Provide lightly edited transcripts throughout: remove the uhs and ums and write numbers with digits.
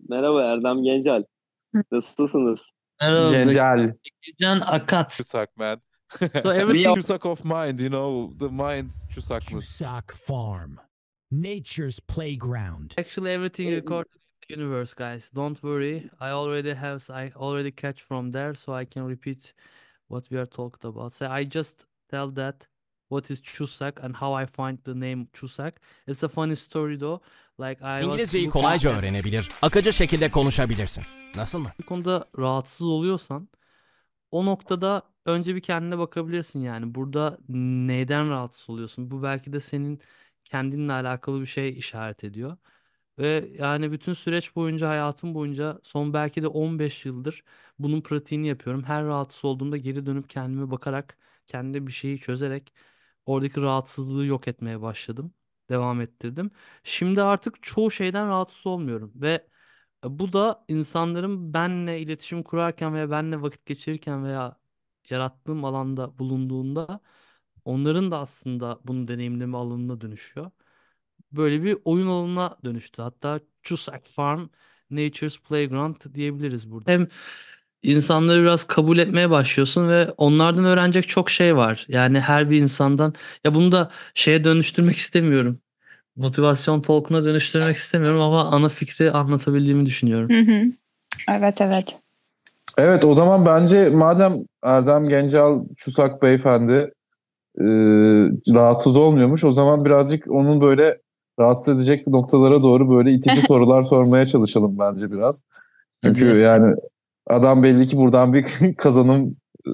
Merhaba Erdem Gencel. Nasılsınız? Merhaba, Gencel. Bekircan Akat. Chusak, man. So We everything are Chusak of mind, the mind Chusakness. Chusak Farm, nature's playground. actually everything recorded in the universe, guys. Don't worry. I already catch from there, so I can repeat what we are talking about. So I just tell that what is Chusak and how I find the name Chusak. It's a funny story though. Like I was İngilizceyi looking kolayca at öğrenebilir, akıcı şekilde konuşabilirsin. Nasıl mı? bir konuda rahatsız oluyorsan o noktada önce bir kendine bakabilirsin yani. Burada neyden rahatsız oluyorsun? Bu belki de senin kendinle alakalı bir şey işaret ediyor. Ve yani bütün süreç boyunca, hayatım boyunca son belki de 15 yıldır bunun pratiğini yapıyorum. Her rahatsız olduğumda geri dönüp kendime bakarak, kendi bir şeyi çözerek oradaki rahatsızlığı yok etmeye başladım. Devam ettirdim. Şimdi artık çoğu şeyden rahatsız olmuyorum ve bu da insanların benle iletişim kurarken veya benle vakit geçirirken veya yarattığım alanda bulunduğunda onların da aslında bunu deneyimleme alanına dönüşüyor. Böyle bir oyun alanına dönüştü. Hatta Chusak Farm, Nature's Playground diyebiliriz burada. Hem insanları biraz kabul etmeye başlıyorsun ve onlardan öğrenecek çok şey var. Yani her bir insandan ya bunu da şeye dönüştürmek istemiyorum. Motivasyon talk'una dönüştürmek istemiyorum ama ana fikri anlatabildiğimi düşünüyorum. Hı hı. Evet evet. Evet, o zaman bence madem Erdem Gencel Çusak beyefendi e, rahatsız olmuyormuş, o zaman birazcık onun böyle rahatsız edecek noktalara doğru böyle itici sorular sormaya çalışalım bence biraz. Çünkü Hadi yani adam belli ki buradan bir kazanım.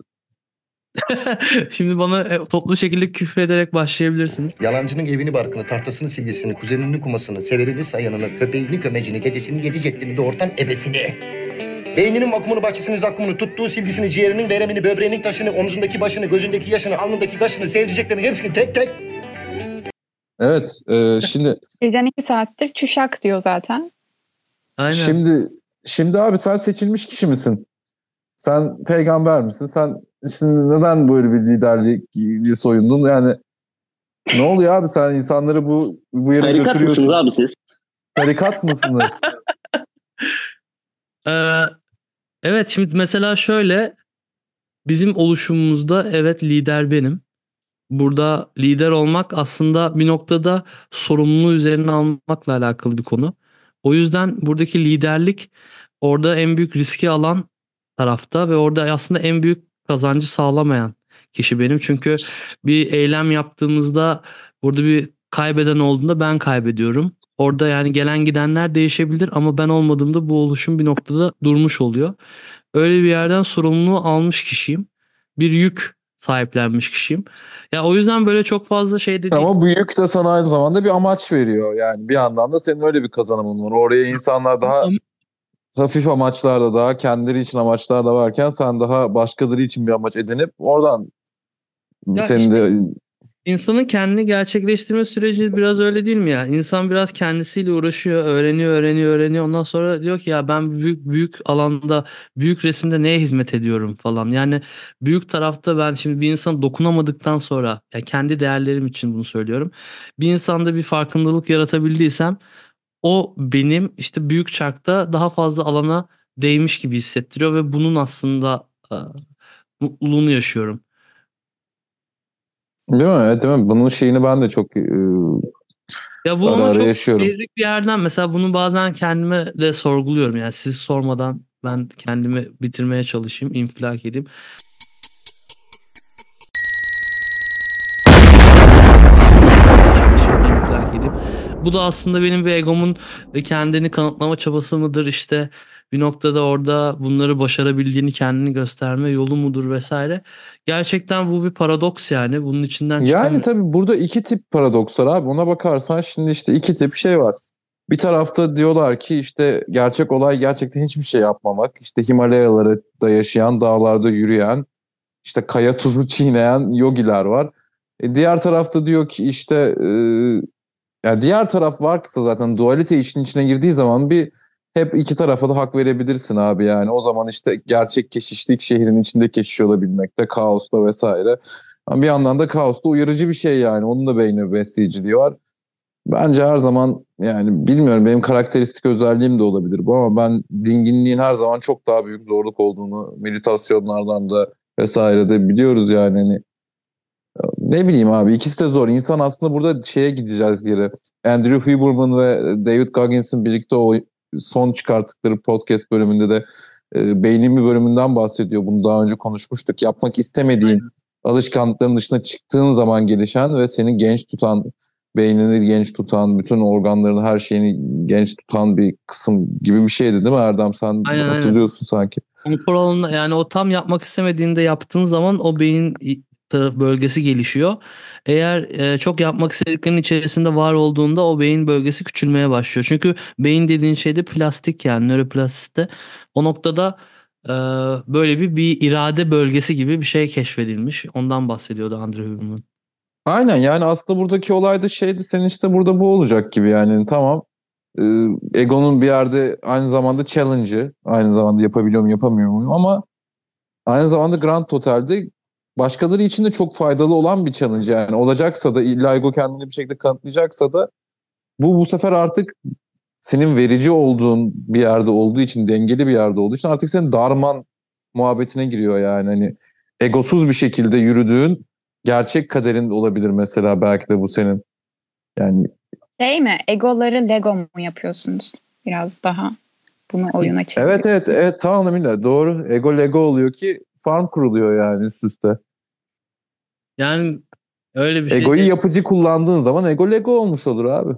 Şimdi bana toplu şekilde küfür ederek başlayabilirsiniz. Yalancının evini barkını, tahtasını silgisini, kuzeninin kumasını, severini sayanını, köpeğini kömecini, dedesini yedi ceddini, doğurtan ebesini. Beyninin vakumunu, bahçesinin zakkumunu, tuttuğu silgisini, ciğerinin veremini, böbreğinin taşını, omzundaki başını, gözündeki yaşını, alnındaki kaşını, sevdiceklerini hepsini tek tek. Evet, şimdi Gecen 2 saattir çüşak diyor zaten. Aynen. şimdi abi sen seçilmiş kişi misin? Sen peygamber misin? Sen şimdi neden böyle bir liderliği soyundun? Yani ne oluyor abi, sen insanları bu yere tarikat götürüyorsun. mısınız abi siz? Tarikat mısınız? Ee, evet şimdi mesela şöyle bizim oluşumumuzda evet lider benim. Burada lider olmak aslında bir noktada sorumluluğu üzerine almakla alakalı bir konu. O yüzden buradaki liderlik orada en büyük riski alan tarafta ve orada aslında en büyük kazancı sağlamayan kişi benim. Çünkü bir eylem yaptığımızda burada bir kaybeden olduğunda ben kaybediyorum. Orada yani gelen gidenler değişebilir ama ben olmadığımda bu oluşum bir noktada durmuş oluyor. Öyle bir yerden sorumluluğu almış kişiyim. Bir yük sahiplenmiş kişiyim. Ya o yüzden böyle çok fazla şey de değil. Ama bu yük de sana aynı zamanda bir amaç veriyor. Yani bir yandan da senin öyle bir kazanımın var. Oraya insanlar daha hafif amaçlarda, daha kendileri için amaçlar da varken sen daha başkaları için bir amaç edinip oradan Ya senin işte de insanın kendini gerçekleştirme süreci biraz öyle değil mi ya? İnsan biraz kendisiyle uğraşıyor, öğreniyor. Ondan sonra diyor ki ya ben büyük alanda, büyük resimde neye hizmet ediyorum falan. Yani büyük tarafta ben şimdi bir insana dokunamadıktan sonra, ya kendi değerlerim için bunu söylüyorum. Bir insanda bir farkındalık yaratabildiysem o benim işte büyük çarkta daha fazla alana değmiş gibi hissettiriyor ve bunun aslında mutluluğunu yaşıyorum. değil mi? Evet, değil mi? Bunun şeyini ben de çok Ya bu ara ama ara çok yaşıyorum. basic bir yerden mesela bunu bazen kendime de sorguluyorum. Yani siz sormadan ben kendimi bitirmeye çalışayım, infilak edeyim. infilak edeyim. Bu da aslında benim bir egomun kendini kanıtlama çabası mıdır işte bir noktada orada bunları başarabildiğini kendini gösterme yolu mudur vesaire. Gerçekten bu bir paradoks yani. Bunun içinden Yani çıkamıyorum. tabii burada iki tip paradoks var abi. Ona bakarsan şimdi işte iki tip şey var. Bir tarafta diyorlar ki işte gerçek olay gerçekten hiçbir şey yapmamak. İşte Himalayalarda yaşayan, dağlarda yürüyen, işte kaya tuzu çiğneyen yogiler var. Diğer tarafta diyor ki işte yani diğer taraf varsa zaten dualite işin içine girdiği zaman bir hep iki tarafa da hak verebilirsin abi yani. O zaman işte gerçek keşişlik şehrin içinde keşiş olabilmekte, kaosta vesaire. Ama bir yandan da kaosta uyarıcı bir şey yani. Onun da beyni besleyiciliği var. Bence her zaman yani bilmiyorum benim karakteristik özelliğim de olabilir bu ama ben dinginliğin her zaman çok daha büyük zorluk olduğunu meditasyonlardan da vesaire de biliyoruz yani. Hani ne bileyim abi ikisi de zor. İnsan aslında burada şeye gideceğiz geri. Andrew Huberman ve David Goggins'in birlikte o son çıkarttıkları podcast bölümünde de beynin bir bölümünden bahsediyor. Bunu daha önce konuşmuştuk. Yapmak istemediğin alışkanlıkların dışına çıktığın zaman gelişen ve seni genç tutan, beynini genç tutan, bütün organlarını, her şeyini genç tutan bir kısım gibi bir şeydi değil mi Erdem? Sen Aynen. hatırlıyorsun sanki. Konfor alanında yani o tam yapmak istemediğinde yaptığın zaman o beyin bölgesi gelişiyor. Eğer çok yapmak istediklerinin içerisinde var olduğunda o beyin bölgesi küçülmeye başlıyor. Çünkü beyin dediğin şey de plastik yani nöroplastisite. O noktada böyle bir irade bölgesi gibi bir şey keşfedilmiş. Ondan bahsediyordu Andrew Huberman. Aynen yani aslında buradaki olay da şeydi senin işte burada bu olacak gibi yani tamam. Egonun bir yerde aynı zamanda challenge'ı, aynı zamanda yapabiliyor muyum yapamıyor muyum ama aynı zamanda Grand Total'de başkaları için de çok faydalı olan bir challenge yani olacaksa da illa Ego kendini bir şekilde kanıtlayacaksa da bu sefer artık senin verici olduğun bir yerde olduğu için dengeli bir yerde olduğu için artık senin darman muhabbetine giriyor yani hani egosuz bir şekilde yürüdüğün gerçek kaderin olabilir mesela belki de bu senin yani. Şey mi? Egoları Lego mu yapıyorsunuz? Biraz daha bunu oyuna çeviriyor. Evet tamam Emine doğru. Ego Lego oluyor ki farm kuruluyor yani üst üste. Yani öyle bir şey Egoyu değil. yapıcı kullandığın zaman Ego Lego olmuş olur abi.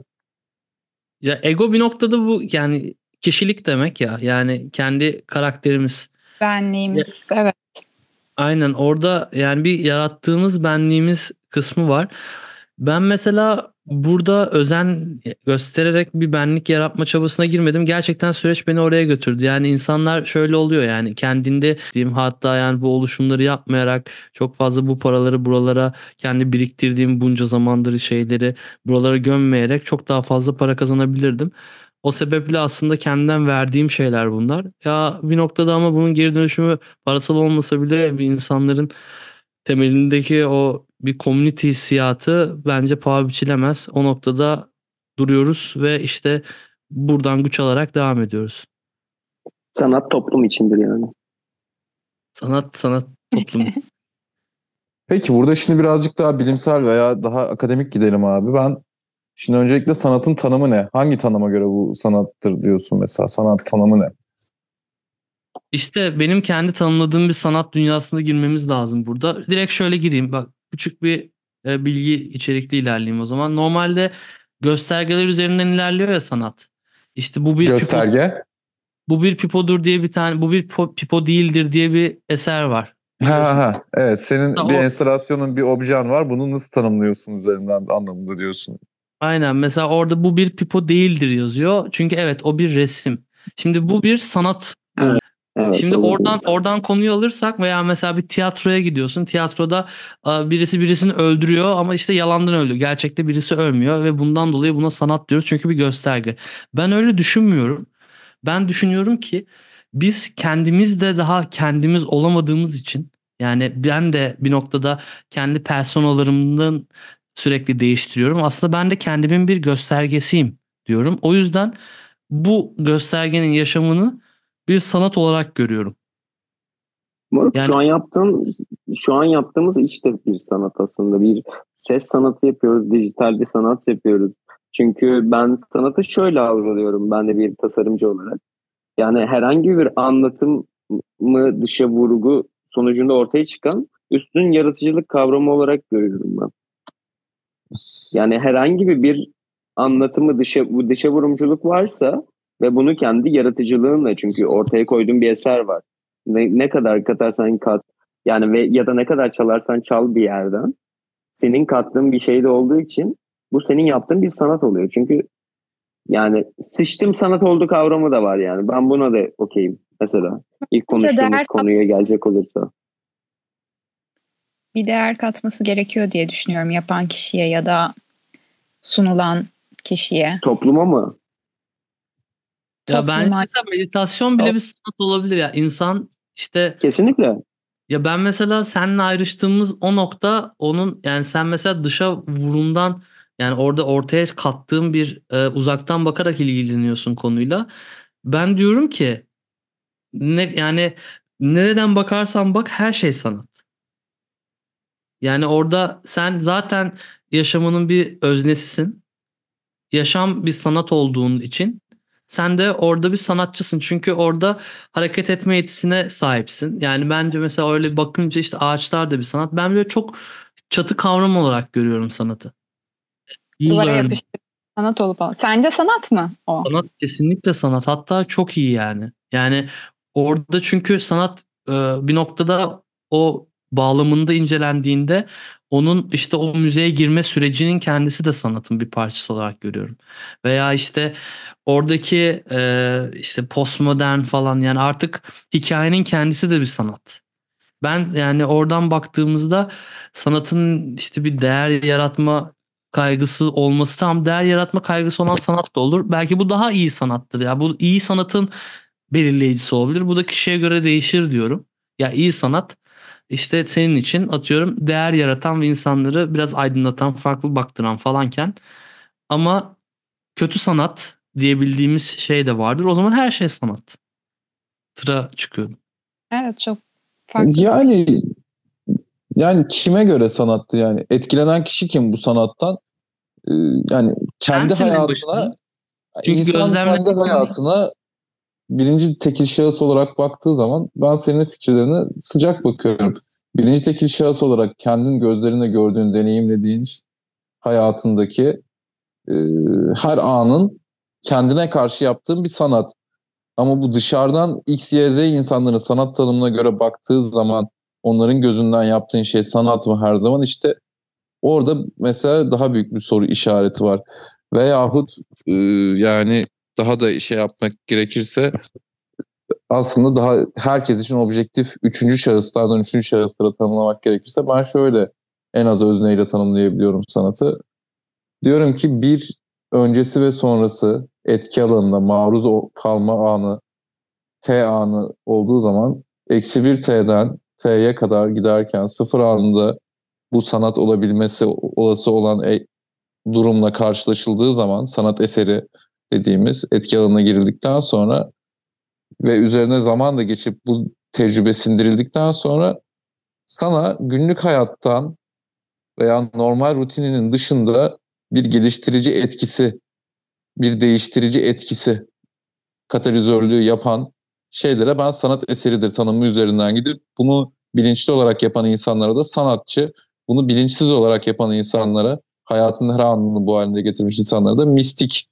Ya ego bir noktada bu yani kişilik demek ya. Yani kendi karakterimiz. Benliğimiz. Evet. Aynen orada yani bir yarattığımız benliğimiz kısmı var. Ben mesela burada özen göstererek bir benlik yaratma çabasına girmedim. Gerçekten süreç beni oraya götürdü. Yani insanlar şöyle oluyor yani kendinde diyeyim hatta yani bu oluşumları yapmayarak çok fazla bu paraları buralara kendi biriktirdiğim bunca zamandır şeyleri buralara gömmeyerek çok daha fazla para kazanabilirdim. O sebeple aslında kendimden verdiğim şeyler bunlar. Ya bir noktada ama bunun geri dönüşümü parasal olmasa bile bir insanların temelindeki o bir community hissiyatı bence paha biçilemez. O noktada duruyoruz ve işte buradan güç alarak devam ediyoruz. Sanat toplum içindir yani. Sanat toplum. Peki burada şimdi birazcık daha bilimsel veya daha akademik gidelim abi. Ben şimdi öncelikle sanatın tanımı ne? Hangi tanıma göre bu sanattır diyorsun mesela? Sanat tanımı ne? İşte benim kendi tanımladığım bir sanat dünyasına girmemiz lazım burada. Direkt şöyle gireyim. Bak küçük bir bilgi içerikli ilerleyeyim o zaman. Normalde göstergeler üzerinden ilerliyor ya sanat. İşte bu bir pipo, Gösterge. bu bir pipodur diye bir tane, bu bir pipo değildir diye bir eser var. Biliyorsun. Ha. Evet senin Ha, bir o- enstalasyonun bir objen var. Bunu nasıl tanımlıyorsun üzerinden anlamında diyorsun. Aynen mesela orada bu bir pipo değildir yazıyor. Çünkü evet o bir resim. Şimdi bu bir sanat. Evet, Şimdi olabilir. oradan konuyu alırsak veya mesela bir tiyatroya gidiyorsun. Tiyatroda birisi birisini öldürüyor ama işte yalandan öldürüyor. Gerçekte birisi ölmüyor ve bundan dolayı buna sanat diyoruz çünkü bir gösterge. Ben öyle düşünmüyorum. Ben düşünüyorum ki biz kendimiz de daha kendimiz olamadığımız için yani ben de bir noktada kendi personalarımdan sürekli değiştiriyorum. Aslında ben de kendimin bir göstergesiyim diyorum. O yüzden bu göstergenin yaşamını bir sanat olarak görüyorum. Moruk, Yani şu an yaptığımız iş de bir sanat aslında. Bir ses sanatı yapıyoruz, dijital bir sanat yapıyoruz. Çünkü ben sanatı şöyle algılıyorum ben de bir tasarımcı olarak. Yani herhangi bir anlatım mı dışa vurgu sonucunda ortaya çıkan üstün yaratıcılık kavramı olarak görüyorum ben. Yani herhangi bir anlatımı dışa vurumculuk varsa ve bunu kendi yaratıcılığınla çünkü ortaya koyduğun bir eser var. Ne kadar katarsan kat yani ya da ne kadar çalarsan çal bir yerden senin kattığın bir şey de olduğu için bu senin yaptığın bir sanat oluyor. Çünkü yani sıçtım sanat oldu kavramı da var yani. Ben buna da okeyim mesela. İlk konuştuğumuz konuya gelecek olursa. Bir değer katması gerekiyor diye düşünüyorum yapan kişiye ya da sunulan kişiye. Topluma mı? ya ben Topluma. mesela meditasyon bile bir sanat olabilir ya. İnsan işte Kesinlikle. ya ben mesela seninle ayrıştığımız o nokta onun yani sen mesela dışa vurumdan Yani orada ortaya kattığın bir uzaktan bakarak ilgileniyorsun konuyla. Ben diyorum ki yani nereden bakarsan bak her şey sanat. Yani orada sen zaten yaşamının bir öznesisin. Yaşam bir sanat olduğun için sen de orada bir sanatçısın. Çünkü orada hareket etme yetisine sahipsin. Yani bence mesela öyle bakınca işte ağaçlar da bir sanat. Ben böyle çok çatı kavram olarak görüyorum sanatı. Muz Duvara örneği. yapıştırıp sanat olup Sence sanat mı o? Sanat kesinlikle sanat. Hatta çok iyi yani. Yani orada çünkü sanat bir noktada o bağlamında incelendiğinde onun işte o müzeye girme sürecinin kendisi de sanatın bir parçası olarak görüyorum. Veya işte oradaki işte postmodern falan yani artık hikayenin kendisi de bir sanat. Ben yani oradan baktığımızda sanatın işte bir değer yaratma kaygısı olması, tamam, değer yaratma kaygısı olan sanat da olur. Belki bu daha iyi sanattır ya. Bu iyi sanatın belirleyicisi olabilir. Bu da kişiye göre değişir diyorum. Ya iyi sanat işte senin için atıyorum değer yaratan ve insanları biraz aydınlatan, farklı baktıran falanken, ama kötü sanat diyebildiğimiz şey de vardır. O zaman her şey sanat. Tıra çıkıyorum. Evet, çok farklı. Yani kime göre sanattı yani? Etkilenen kişi kim bu sanattan? Yani kendi Sensin en hayatına, başında. Çünkü insan gözlemle kendi hayatına birinci tekil şahıs olarak baktığı zaman ben senin fikirlerine sıcak bakıyorum. Birinci tekil şahıs olarak kendin gözlerine gördüğün, deneyimlediğin hayatındaki e, her anın kendine karşı yaptığın bir sanat. Ama bu dışarıdan X, Y, Z insanların sanat tanımına göre baktığı zaman onların gözünden yaptığın şey sanat mı her zaman? İşte orada mesela daha büyük bir soru işareti var. Veyahut yani daha da şey yapmak gerekirse aslında daha herkes için objektif üçüncü şahıslardan üçüncü şahıslara tanımlamak gerekirse ben şöyle en az özneyle tanımlayabiliyorum sanatı. Diyorum ki bir öncesi ve sonrası etki alanında maruz kalma anı, T anı olduğu zaman eksi bir T'den T'ye kadar giderken sıfır anında bu sanat olabilmesi olası olan durumla karşılaşıldığı zaman sanat eseri dediğimiz etki alanına girildikten sonra ve üzerine zaman da geçip bu tecrübe sindirildikten sonra sana günlük hayattan veya normal rutininin dışında bir geliştirici etkisi, bir değiştirici etkisi, katalizörlüğü yapan şeylere ben sanat eseridir tanımı üzerinden gidip bunu bilinçli olarak yapan insanlara da sanatçı, bunu bilinçsiz olarak yapan insanlara, hayatın her anını bu haline getirmiş insanlara da mistik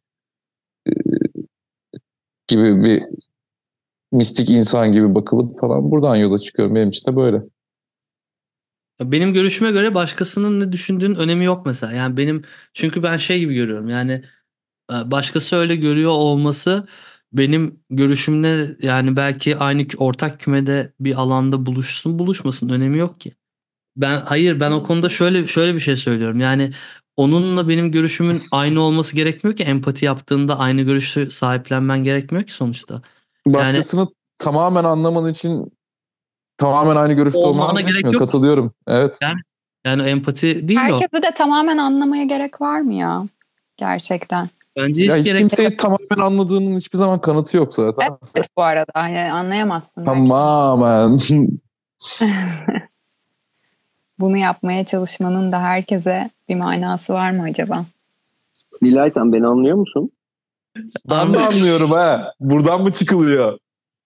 gibi bir mistik insan gibi bakılıp falan buradan yola çıkıyorum. Benim için de böyle. Benim görüşüme göre başkasının ne düşündüğünün önemi yok mesela. Yani çünkü ben şey gibi görüyorum. Yani başkası öyle görüyor olması benim görüşümle yani belki aynı ortak kümede bir alanda buluşsun buluşmasın önemi yok ki. Ben o konuda şöyle bir şey söylüyorum. Yani onunla benim görüşümün aynı olması gerekmiyor ki, empati yaptığında aynı görüşü sahiplenmen gerekmiyor ki sonuçta. Yani Başkasını tamamen anlaman için tamamen aynı görüşte olman olmana gerek gerekmiyor. yok. Katılıyorum. Evet. Yani empati değil o. Herkesi de tamamen anlamaya gerek var mı ya? Gerçekten. Bence Ya hiç hiç gerek yok. kimseyi tamamen anladığının hiçbir zaman kanıtı yok zaten. Evet, bu arada. Yani anlayamazsın belki. Tamamen. Bunu yapmaya çalışmanın da herkese bir manası var mı acaba? Nilay, sen beni anlıyor musun? Ben de anlıyorum ha. Buradan mı çıkılıyor?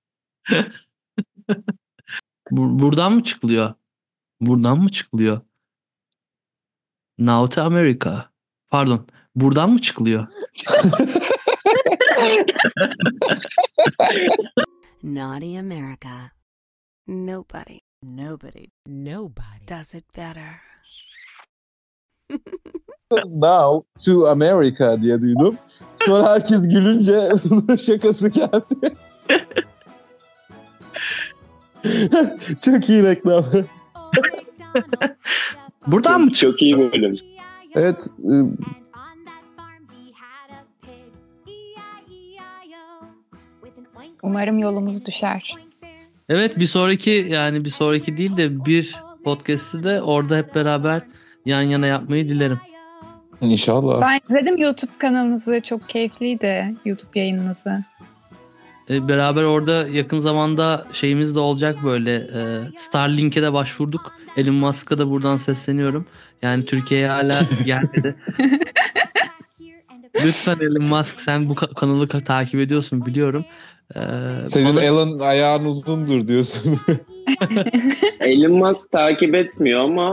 Buradan mı çıkılıyor? Buradan mı çıkılıyor? Now to America. Pardon. Buradan mı çıkılıyor? Naughty America. Nobody does it better. Now to America diye duydum. Sonra herkes gülünce bunun şakası geldi. Çok iyi reklam. Buradan mı çıkılıyor? Çok iyi bölüm. Evet. Umarım yolumuz düşer. Evet, bir sonraki değil de bir podcast'ı da orada hep beraber yan yana yapmayı dilerim. İnşallah. Ben izledim YouTube kanalınızı. Çok keyifliydi YouTube yayınınızı. Beraber orada yakın zamanda şeyimiz de olacak böyle. Starlink'e de başvurduk. Elon Musk'a da buradan sesleniyorum. Yani Türkiye'ye hala gelmedi. Lütfen Elon Musk, sen bu kanalı takip ediyorsun biliyorum. Senin Elon ayağın uzundur diyorsun. Elon Musk takip etmiyor ama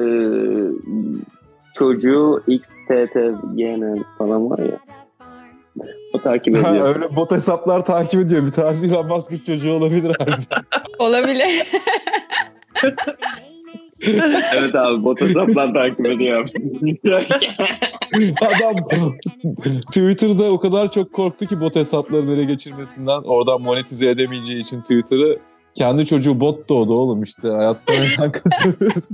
çocuğu XTTGN falan var ya. O takip ediyor. Öyle bot hesaplar takip ediyor. Bir tanesi Elon Musk'ın çocuğu olabilir abi. Olabilir. Evet abi, bot hesaplar takip ediyor. Adam Twitter'da o kadar çok korktu ki bot hesaplarını ele geçirmesinden. Oradan monetize edemeyeceği için Twitter'ı, kendi çocuğu bot doğdu oğlum işte. Hayatta neden kazanıyoruz?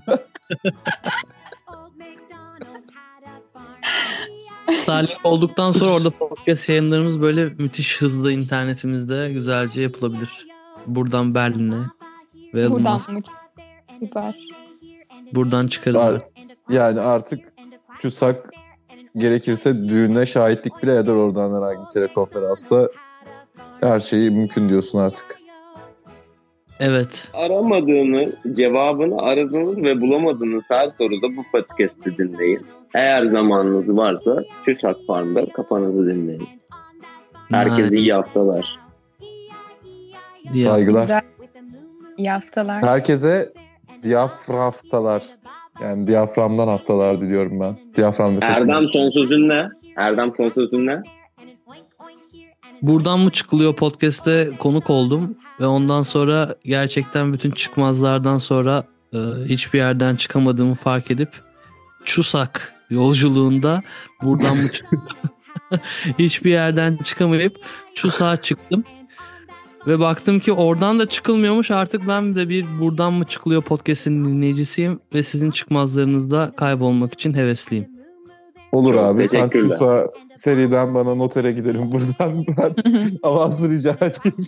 Starlink olduktan sonra orada podcast yayınlarımız böyle müthiş hızlı internetimizde güzelce yapılabilir. Buradan Berlin'e ve Elon Buradan Musk. mı? Süper. Buradan çıkarırlar. Yani artık TÜSAK gerekirse düğüne şahitlik bile eder oradan herhangi bir telekonferansta. Her şeyi mümkün diyorsun artık. Evet. Aramadığını, cevabını aradığınız ve bulamadığınız her soruda bu podcast'i dinleyin. Eğer zamanınız varsa TÜSAK Farm'da kafanızı dinleyin. Herkese iyi haftalar. Saygılar. Güzel. İyi haftalar. Herkese diyafraftalar. Yani diyaframdan haftalar diliyorum ben. Diyafram Erdem son sözün ne? Erdem son sözün ne? Buradan mı çıkılıyor podcast'te konuk oldum ve ondan sonra gerçekten bütün çıkmazlardan sonra hiçbir yerden çıkamadığımı fark edip TÜSAK yolculuğunda buradan mı hiçbir yerden çıkamayıp TÜSAK'a çıktım ve baktım ki oradan da çıkılmıyormuş. Artık ben de bir buradan mı çıkılıyor podcast'in dinleyicisiyim ve sizin çıkmazlarınızda kaybolmak için hevesliyim. Olur Çok abi. Sen teşekkürler. TÜSA seriden bana notere gidelim buradan. Ben avansı rica edeyim.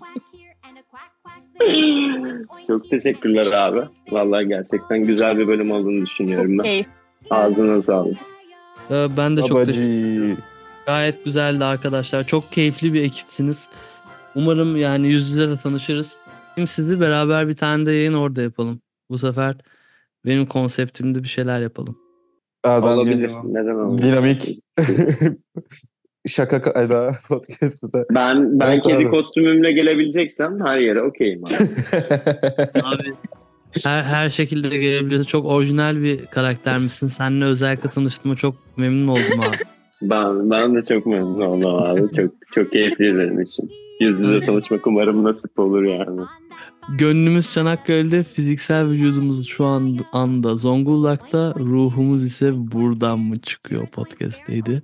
Çok teşekkürler abi. Vallahi gerçekten güzel bir bölüm olduğunu düşünüyorum ben. Keyif. Ağzına sağlık. Ben de çok Babacı. teşekkür. Gayet güzeldi arkadaşlar. Çok keyifli bir ekipsiniz. Umarım yani yüz yüze de tanışırız. Şimdi sizi beraber bir tane de yayın orada yapalım. Bu sefer benim konseptimde bir şeyler yapalım. Erdem Olabilir. geliyor. Neden olmaz? Dinamik. Şaka kayda podcast'ı da. Ben Evet kedi abi. kostümümle gelebileceksem her yere okeyim abi. Abi her şekilde gelebilirsin. Çok orijinal bir karaktermişsin. Seninle özellikle tanıştığıma çok memnun oldum abi. Ben de çok memnun oldum abi. Çok keyifli benim için. Yüz yüze tanışmak umarım nasip olur yani. Gönlümüz Çanakkale'de, fiziksel vücudumuz şu anda Zonguldak'ta, ruhumuz ise buradan mı çıkıyor podcast'teydi.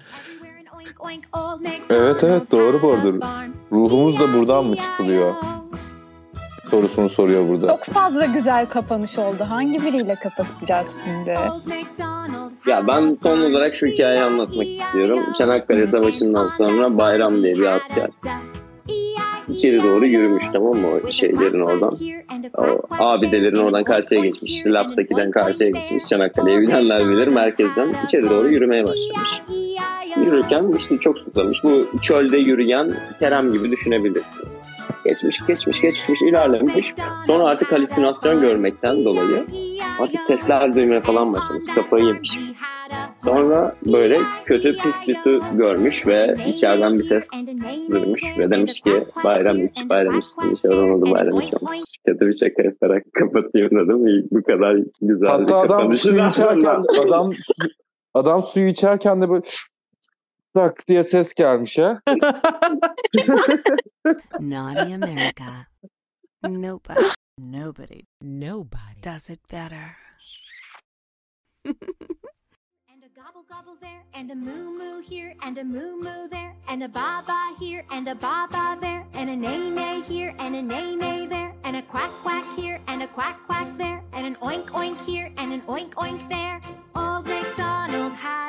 Evet doğru bu arada. Ruhumuz da buradan mı çıkılıyor? Sorusunu soruyor burada. Çok fazla güzel kapanış oldu. Hangi biriyle kapatacağız şimdi? Ya ben son olarak şu hikayeyi anlatmak istiyorum. Çanakkale Savaşı'ndan sonra Bayram diye bir asker içeri doğru yürümüş, tamam mı, o şeylerin oradan. O abidelerin oradan karşıya geçmiş. Lapsaki'den karşıya geçmiş. Çanakkale'ye bilenler bilir, merkezden içeri doğru yürümeye başlamış. Yürürken işte çok susamış. Bu çölde yürüyen Kerem gibi düşünebilirsin. Geçmiş ilerlemiş. Sonra artık halüsinasyon görmekten dolayı artık sesler duymaya falan başlamış. Kafayı yemiş. Sonra böyle kötü pis bir su görmüş ve içeriden bir ses duymuş ve demiş ki bayram iç demiş. Olmadı, bayram iç olmuş. Kötü bir şaka yaparak kapatayım dedim. Bu kadar güzel Hatta bir adam kapanışı suyu da- içerken adam suyu içerken de böyle tak diye ses gelmiş ha. Naughty America. Nobody does it better. And a gobble gobble there, and a moo moo here, and a moo moo there, and a ba ba here, and a ba ba there, and a neigh neigh here, and a neigh neigh there, and a quack quack here, and a quack quack there, and an oink oink here, and an oink oink there. Old MacDonald had